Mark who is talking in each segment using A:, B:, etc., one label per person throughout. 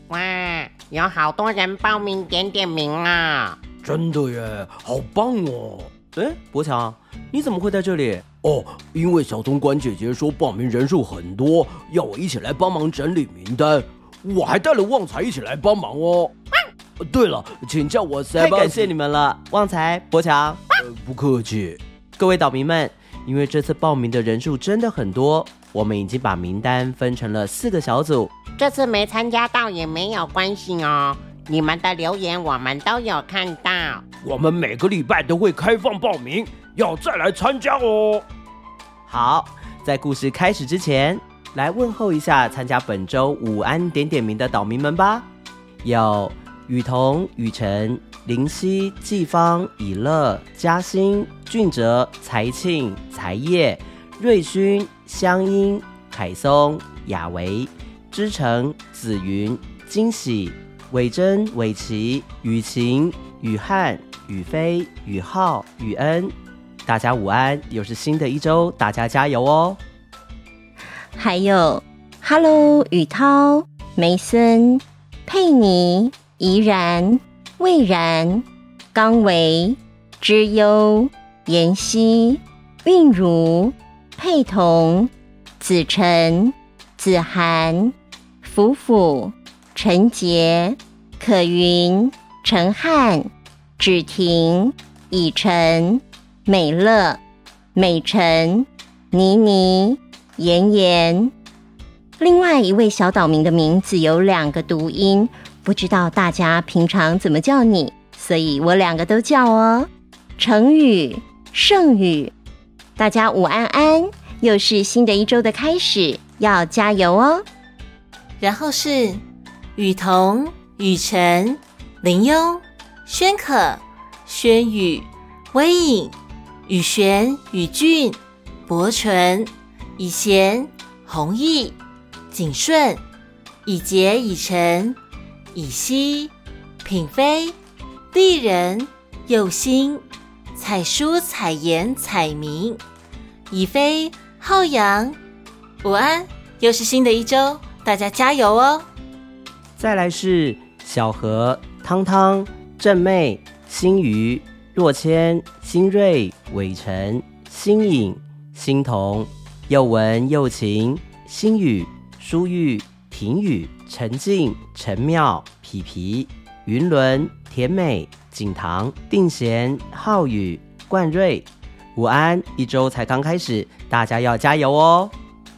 A: 哇，有好多人报名点名啊！
B: 真的耶，好棒哦！
C: 博强，你怎么会在这里？
B: 因为小通关姐姐说报名人数很多，要我一起来帮忙整理名单。我还带了旺财一起来帮忙哦。对了，请叫我 Sebastian。
C: 太感谢你们了，旺财、博强。
B: 不客气。
C: 各位岛民们，因为这次报名的人数真的很多，我们已经把名单分成了4个小组。
A: 这次没参加到也没有关系哦，你们的留言我们都有看到。
B: 我们每个礼拜都会开放报名，要再来参加哦。
C: 好，在故事开始之前，来问候一下参加本周午安点名的岛民们吧。有雨桐、雨晨、林夕、季芳、以乐、嘉欣、俊哲、才庆、才叶、瑞勋、香音、凯松、雅维、知成、子云、惊喜、伟珍、伟琪、雨晴、雨翰、雨飞、雨浩、雨恩。大家午安，又是新的一周，大家加油哦！
D: 还有 Hello 宇涛、梅森、佩妮、怡然、魏然、刚维、知优、妍希、韵如、佩彤、子晨、子涵、福福、陈杰、可云、陈汉、芷婷、以晨、美乐、美晨、妮妮、妍妍。另外一位小岛民的名字有2个读音，不知道大家平常怎么叫你，所以我2个都叫哦。成宇、盛宇，大家午安安，又是新的一周的开始，要加油哦。
E: 然后是雨桐、雨晨、林优、宣可、轩宇、微影、雨璇、雨俊、博纯、以贤、弘毅、景顺、以杰、以晨、以希、品飞、丽人、佑星、彩书、彩妍、彩明、以飞、浩洋。午安，又是新的一周，大家加油哦！
C: 再来是小何、汤汤、正妹、新瑜、若谦、新瑞、伟成、新颖、新彤、佑文、佑晴、新宇、舒玉、婷宇、陈静、陈妙、皮皮、云伦、甜美、景堂、定贤、浩宇、冠瑞。午安，一周才刚开始，大家要加油哦！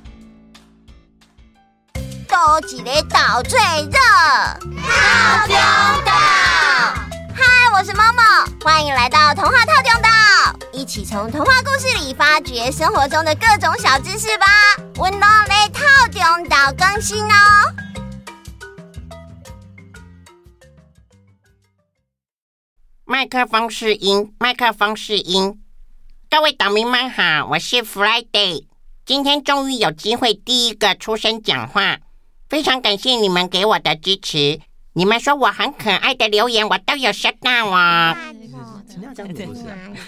F: 多几个岛最热，套中岛。嗨，我是猫猫，欢迎来到童话套中岛，一起从童话故事里发掘生活中的各种小知识吧。温柔的套中岛更新哦。
A: 麦克风试音，麦克风试音。各位岛民们好，我是 Friday， 今天终于有机会第一个出声讲话，非常感谢你们给我的支持。你们说我很可爱的留言，我都有收到哦。
C: 尽量这样子不是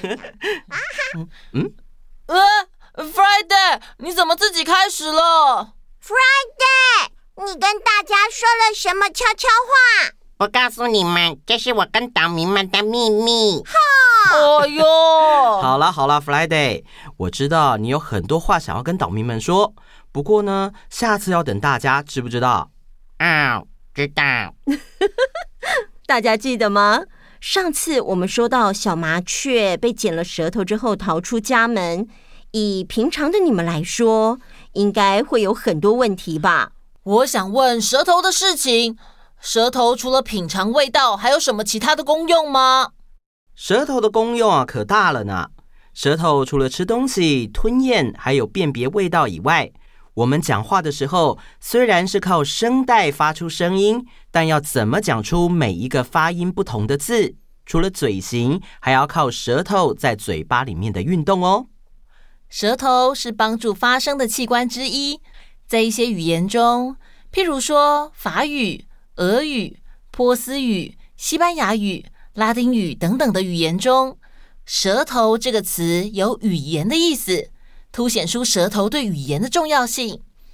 G: Friday， 你怎么自己开始了
F: ？Friday， 你跟大家说了什么悄悄话？
A: 不告诉你们，这是我跟岛民们的秘密。
G: 哦哟，
C: 好啦 Friday， 我知道你有很多话想要跟岛民们说，不过呢，下次要等大家，知不知道？
A: 知道。
D: 大家记得吗？上次我们说到小麻雀被剪了舌头之后逃出家门，以平常的你们来说，应该会有很多问题吧？
G: 我想问舌头的事情。舌头除了品尝味道，还有什么其他的功用吗？
C: 舌头的功用啊，可大了呢。舌头除了吃东西、吞咽，还有辨别味道以外，我们讲话的时候，虽然是靠声带发出声音，但要怎么讲出每一个发音不同的字，除了嘴型，还要靠舌头在嘴巴里面的运动哦。
E: 舌头是帮助发声的器官之一，在一些语言中，譬如说法语、俄语、波斯语、西班牙语、拉丁语等等的语言中，舌头这个词有语言的意思，凸显出舌头对语言的重要性。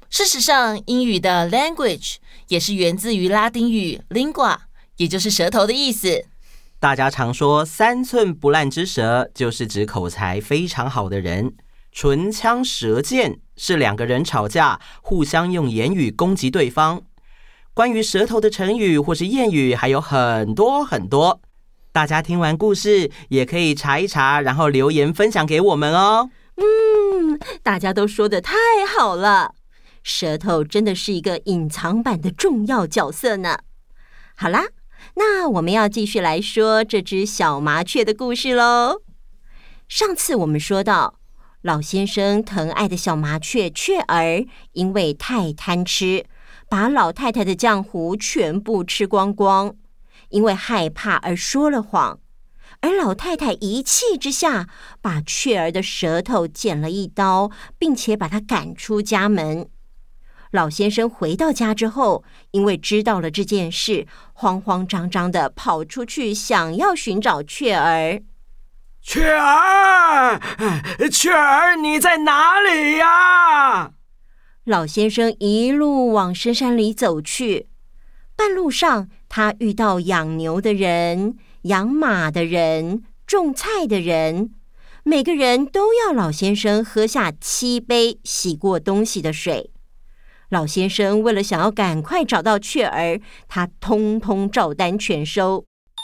E: 事实上，英语的 language 也是源自于拉丁语 lingua， 也就是舌头的意思。
C: 大家常说3寸不烂之舌，就是指口才非常好的人。唇枪舌剑是2个人吵架，互相用言语攻击对方。关于舌头的成语或是谚语还有很多很多，大家听完故事也可以查一查，然后留言分享给我们哦。
D: 大家都说得太好了，舌头真的是一个隐藏版的重要角色呢。好啦，那我们要继续来说这只小麻雀的故事咯。上次我们说到，老先生疼爱的小麻雀雀儿因为太贪吃，把老太太的浆糊全部吃光光，因为害怕而说了谎，而老太太一气之下把雀儿的舌头剪了一刀，并且把它赶出家门。老先生回到家之后，因为知道了这件事，慌慌张张地跑出去想要寻找雀儿。
B: 雀儿，雀儿，你在哪里呀？
D: 老先生一路往深山里走去，半路上他遇到养牛的人、养马的人、种菜的人，每个人都要老先生喝下7杯洗过东西的水。老先生为了想要赶快找到雀儿，他通通照单全收。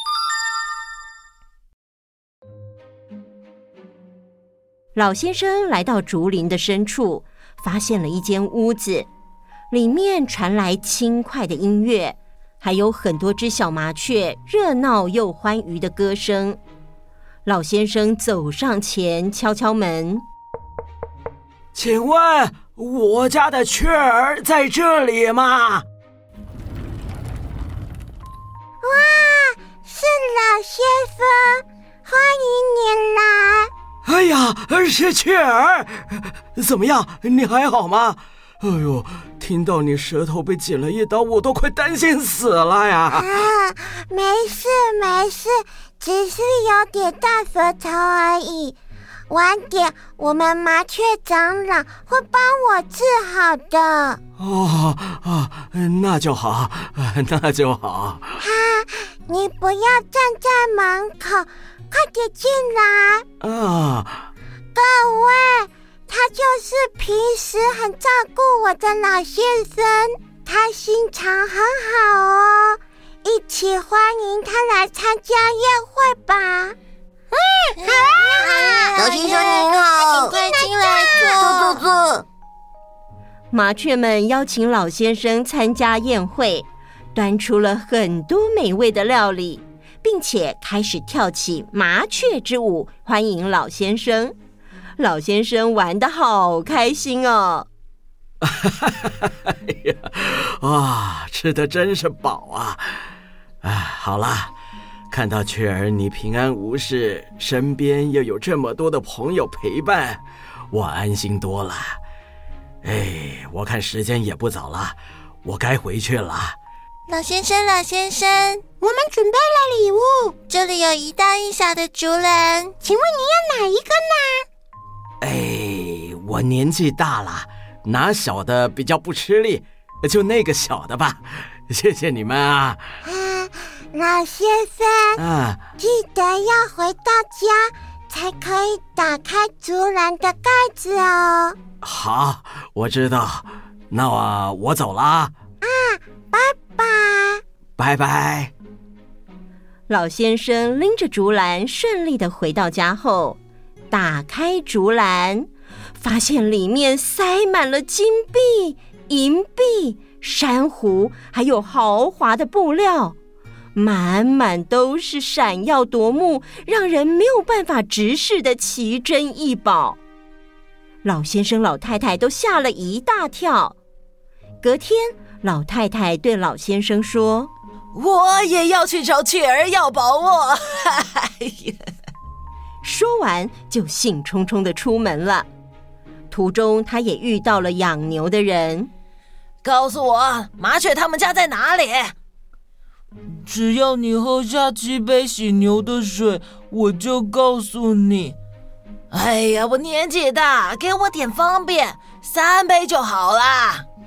D: 老先生来到竹林的深处，发现了一间屋子，里面传来轻快的音乐，还有很多只小麻雀热闹又欢愉的歌声。老先生走上前敲敲门，
B: 请问我家的雀儿在这里吗？
F: 哇，是老先生，欢迎你来。
B: 哎呀，是雀儿，怎么样？你还好吗？哎呦，听到你舌头被剪了一刀，我都快担心死了呀！
F: 没事没事，只是有点大舌头而已。晚点我们麻雀长老会帮我治好的。
B: 那就好，那就好。
F: 你不要站在门口，快点进来。各位，他就是平时很照顾我的老先生，他心肠很好哦，一起欢迎他来参加宴会吧。
A: 老先生您好，
F: 快进来
A: 坐。
D: 麻雀们邀请老先生参加宴会，端出了很多美味的料理，并且开始跳起麻雀之舞，欢迎老先生。老先生玩得好开心哦！
B: 吃得真是饱啊！好啦，看到雀儿你平安无事，身边又有这么多的朋友陪伴，我安心多了。我看时间也不早了，我该回去了。
F: 老先生，我们准备了礼物，这里有一大一小的竹篮，请问你要哪一个呢？
B: 我年纪大了，拿小的比较不吃力，就那个小的吧。谢谢你们啊！
F: 老先生，记得要回到家才可以打开竹篮的盖子哦。
B: 好，我知道。那我走了。
F: 拜拜。
B: 拜拜。
D: 老先生拎着竹篮顺利地回到家后，打开竹篮，发现里面塞满了金币、银币、珊瑚，还有豪华的布料，满满都是闪耀夺目，让人没有办法直视的奇珍异宝。老先生、老太太都吓了一大跳。隔天，老太太对老先生说：“
G: 我也要去找雀儿要宝物。”
D: 说完就兴冲冲地出门了。途中，他也遇到了养牛的人。
G: 告诉我，麻雀他们家在哪里？
H: 只要你喝下7杯洗牛的水，我就告诉你。
G: 哎呀，我年纪大，给我点方便，3杯就好啦。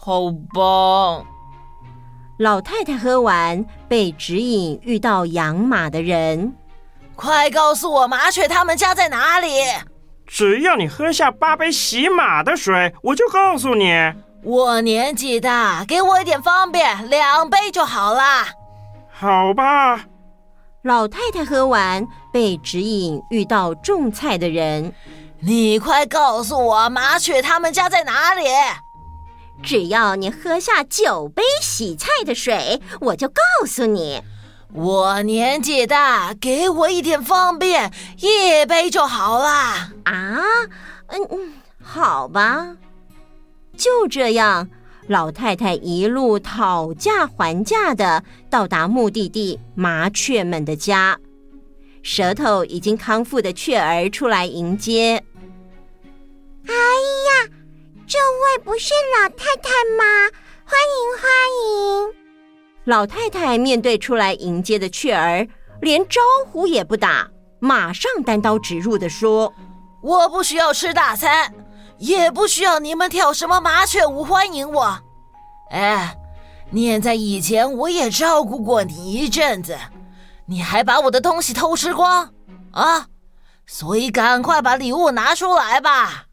H: 好吧。
D: 老太太喝完，被指引遇到养马的人。
G: 快告诉我麻雀他们家在哪里？
I: 只要你喝下8杯洗马的水，我就告诉你。
G: 我年纪大，给我一点方便，2杯就好啦。
I: 好吧。
D: 老太太喝完，被指引遇到种菜的人。
G: 你快告诉我麻雀他们家在哪里？
D: 只要你喝下9杯洗菜的水，我就告诉你。
G: 我年纪大，给我一点方便，1杯就好啦。
D: 啊，好吧。就这样，老太太一路讨价还价的到达目的地麻雀们的家。舌头已经康复的雀儿出来迎接。
F: 哎呀，这位不是老太太吗？欢迎欢迎。
D: 老太太面对出来迎接的雀儿，连招呼也不打，马上单刀直入地说：
G: 我不需要吃大餐，也不需要你们跳什么麻雀舞欢迎我。念在以前我也照顾过你一阵子，你还把我的东西偷吃光啊！所以赶快把礼物拿出来吧。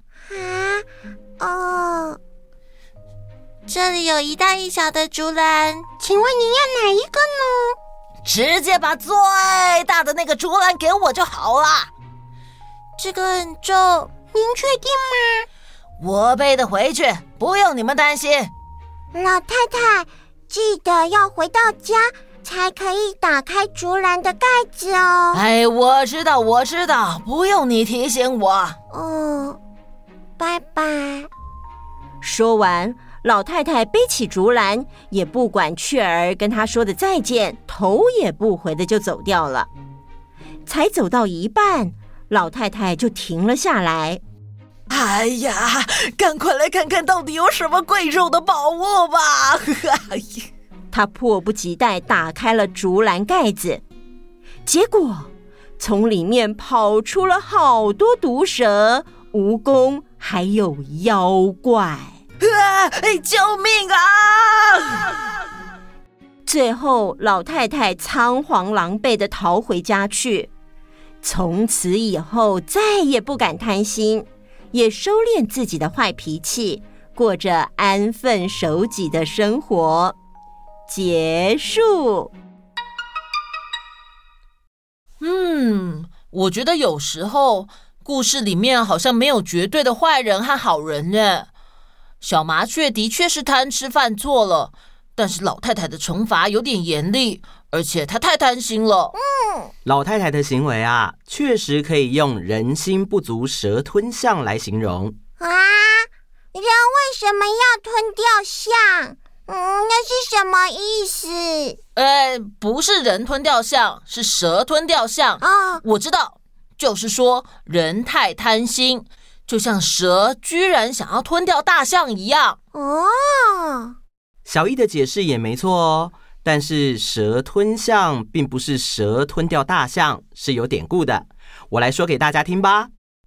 F: 这里有一大一小的竹篮，请问您要哪一个呢？
G: 直接把最大的那个竹篮给我就好了。
F: 这个很重，您确定吗？
G: 我背得回去，不用你们担心。
F: 老太太，记得要回到家才可以打开竹篮的盖子哦。
G: 我知道，不用你提醒我。
F: 拜拜。
D: 说完，老太太背起竹篮，也不管雀儿跟她说的再见，头也不回的就走掉了。才走到一半，老太太就停了下来。
G: 哎呀，赶快来看看到底有什么贵重的宝物吧！
D: 她迫不及待打开了竹篮盖子，结果从里面跑出了好多毒蛇、蜈蚣，还有妖怪。
G: 救命啊！
D: 最后，老太太仓皇狼狈地逃回家去。从此以后，再也不敢贪心，也收敛自己的坏脾气，过着安分守己的生活。结束。
G: 我觉得有时候故事里面好像没有绝对的坏人和好人呢。小麻雀的确是贪吃犯错了，但是老太太的惩罚有点严厉，而且她太贪心了。
C: 老太太的行为啊，确实可以用人心不足蛇吞象来形容。
F: 人为什么要吞掉象？那是什么意思？
G: 不是人吞掉象，是蛇吞掉象。我知道，就是说人太贪心，就像蛇居然想要吞掉大象一样。
C: 小易的解释也没错哦，但是蛇吞象并不是蛇吞掉大象，是有典故的。我来说给大家听吧。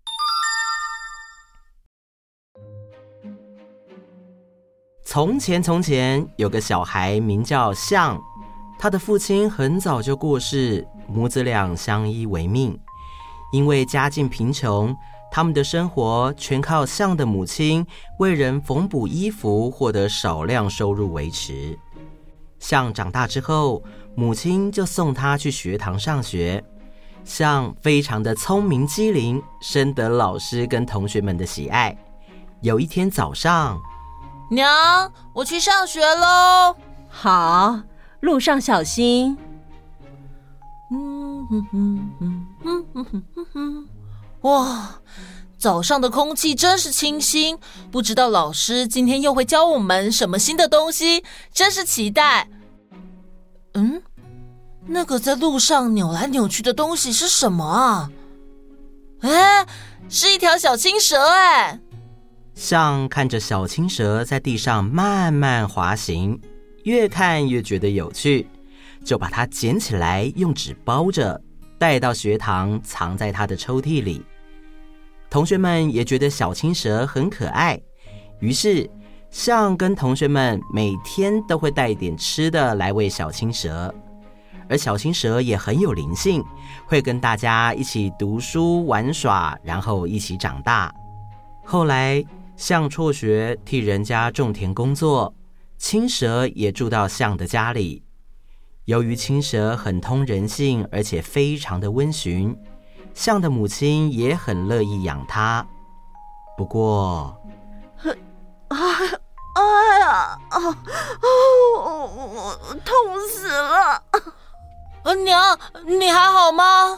C: 从前有个小孩名叫象，他的父亲很早就过世，母子俩相依为命。因为家境贫穷，他们的生活全靠象的母亲为人缝补衣服，获得少量收入维持。象长大之后，母亲就送他去学堂上学。象非常的聪明机灵，深得老师跟同学们的喜爱。有一天早上，
G: 娘，我去上学喽。
D: 好，路上小心。
G: 哇，早上的空气真是清新，不知道老师今天又会教我们什么新的东西，真是期待。那个在路上扭来扭去的东西是什么啊？是一条小青蛇哎。
C: 象看着小青蛇在地上慢慢滑行，越看越觉得有趣，就把它捡起来用纸包着，带到学堂藏在他的抽屉里。同学们也觉得小青蛇很可爱，于是象跟同学们每天都会带一点吃的来喂小青蛇，而小青蛇也很有灵性，会跟大家一起读书玩耍，然后一起长大。后来象辍学替人家种田工作，青蛇也住到象的家里。由于青蛇很通人性，而且非常的温驯，象的母亲也很乐意养它。不过
F: 痛死了！
G: 娘，你还好吗？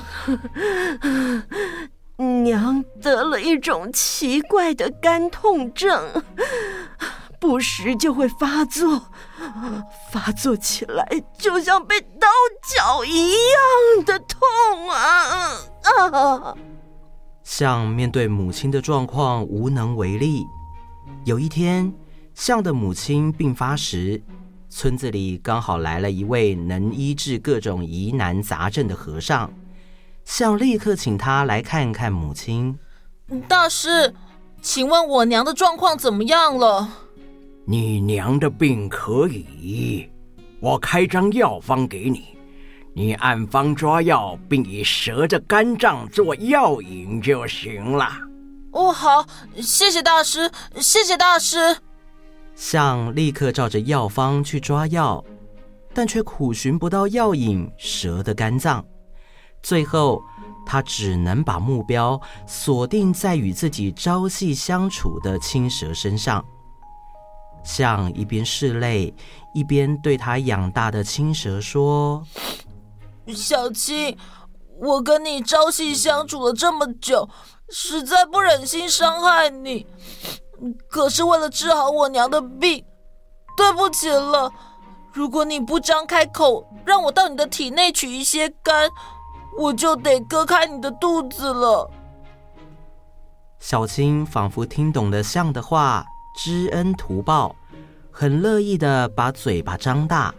J: 娘得了一种奇怪的肝痛症，不时就会发作，发作起来就像被刀绞一样的痛啊！
C: 象面对母亲的状况无能为力。有一天，象的母亲病发时，村子里刚好来了一位能医治各种疑难杂症的和尚。象立刻请他来看看母亲。
G: 大师，请问我娘的状况怎么样了？
B: 你娘的病可以，我开张药方给你，你按方抓药，并以蛇的肝脏做药引就行了。
G: 好，谢谢大师，谢谢大师。
C: 象立刻照着药方去抓药，但却苦寻不到药引蛇的肝脏。最后他只能把目标锁定在与自己朝夕相处的青蛇身上。象一边拭泪，一边对他养大的青蛇说：
G: 小青，我跟你朝夕相处了这么久，实在不忍心伤害你，可是为了治好我娘的病，对不起了。如果你不张开口让我到你的体内取一些肝，我就得割开你的肚子了。
C: 小青仿佛听懂了象的话，知恩图报，很乐意地把嘴巴张大。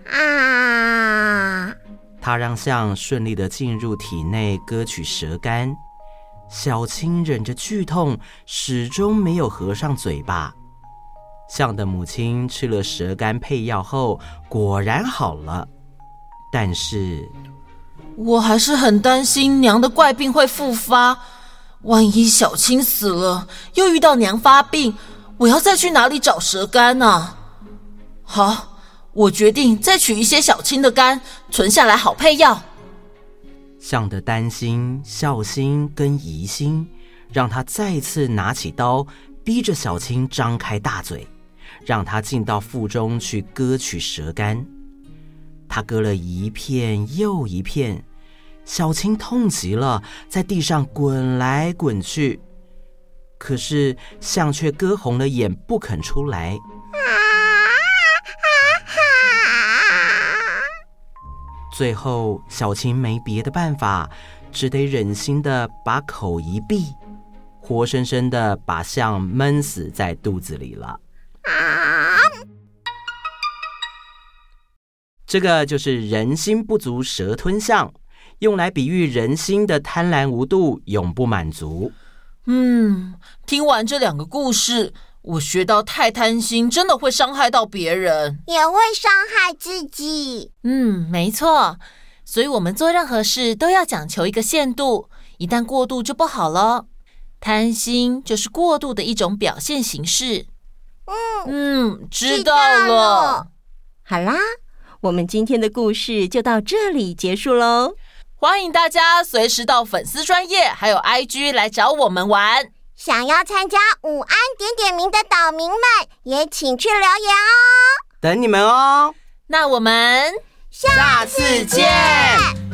C: 他让象顺利地进入体内割取蛇肝。小青忍着剧痛，始终没有合上嘴巴。象的母亲吃了蛇肝配药后，果然好了。但是
G: 我还是很担心娘的怪病会复发，万一小青死了，又遇到娘发病，我要再去哪里找蛇肝啊？好，我决定再取一些小青的肝，存下来好配药。
C: 象的担心、孝心跟疑心，让他再次拿起刀，逼着小青张开大嘴，让他进到腹中去割取蛇肝。他割了一片又一片，小青痛极了，在地上滚来滚去。可是象却割红了眼，不肯出来。最后小青没别的办法，只得忍心的把口一闭，活生生的把象闷死在肚子里了。这个就是人心不足蛇吞象，用来比喻人心的贪婪无度，永不满足。
G: 听完这两个故事，我学到太贪心真的会伤害到别人，
F: 也会伤害自己。
E: 没错，所以我们做任何事都要讲求一个限度，一旦过度就不好了。贪心就是过度的一种表现形式。
G: 知道了。
J: 好啦，我们今天的故事就到这里结束咯。
G: 欢迎大家随时到粉丝专页还有 IG 来找我们玩。
F: 想要参加午安点点名的岛民们，也请去留言哦。
C: 等你们哦。
E: 那我们
F: 下次见。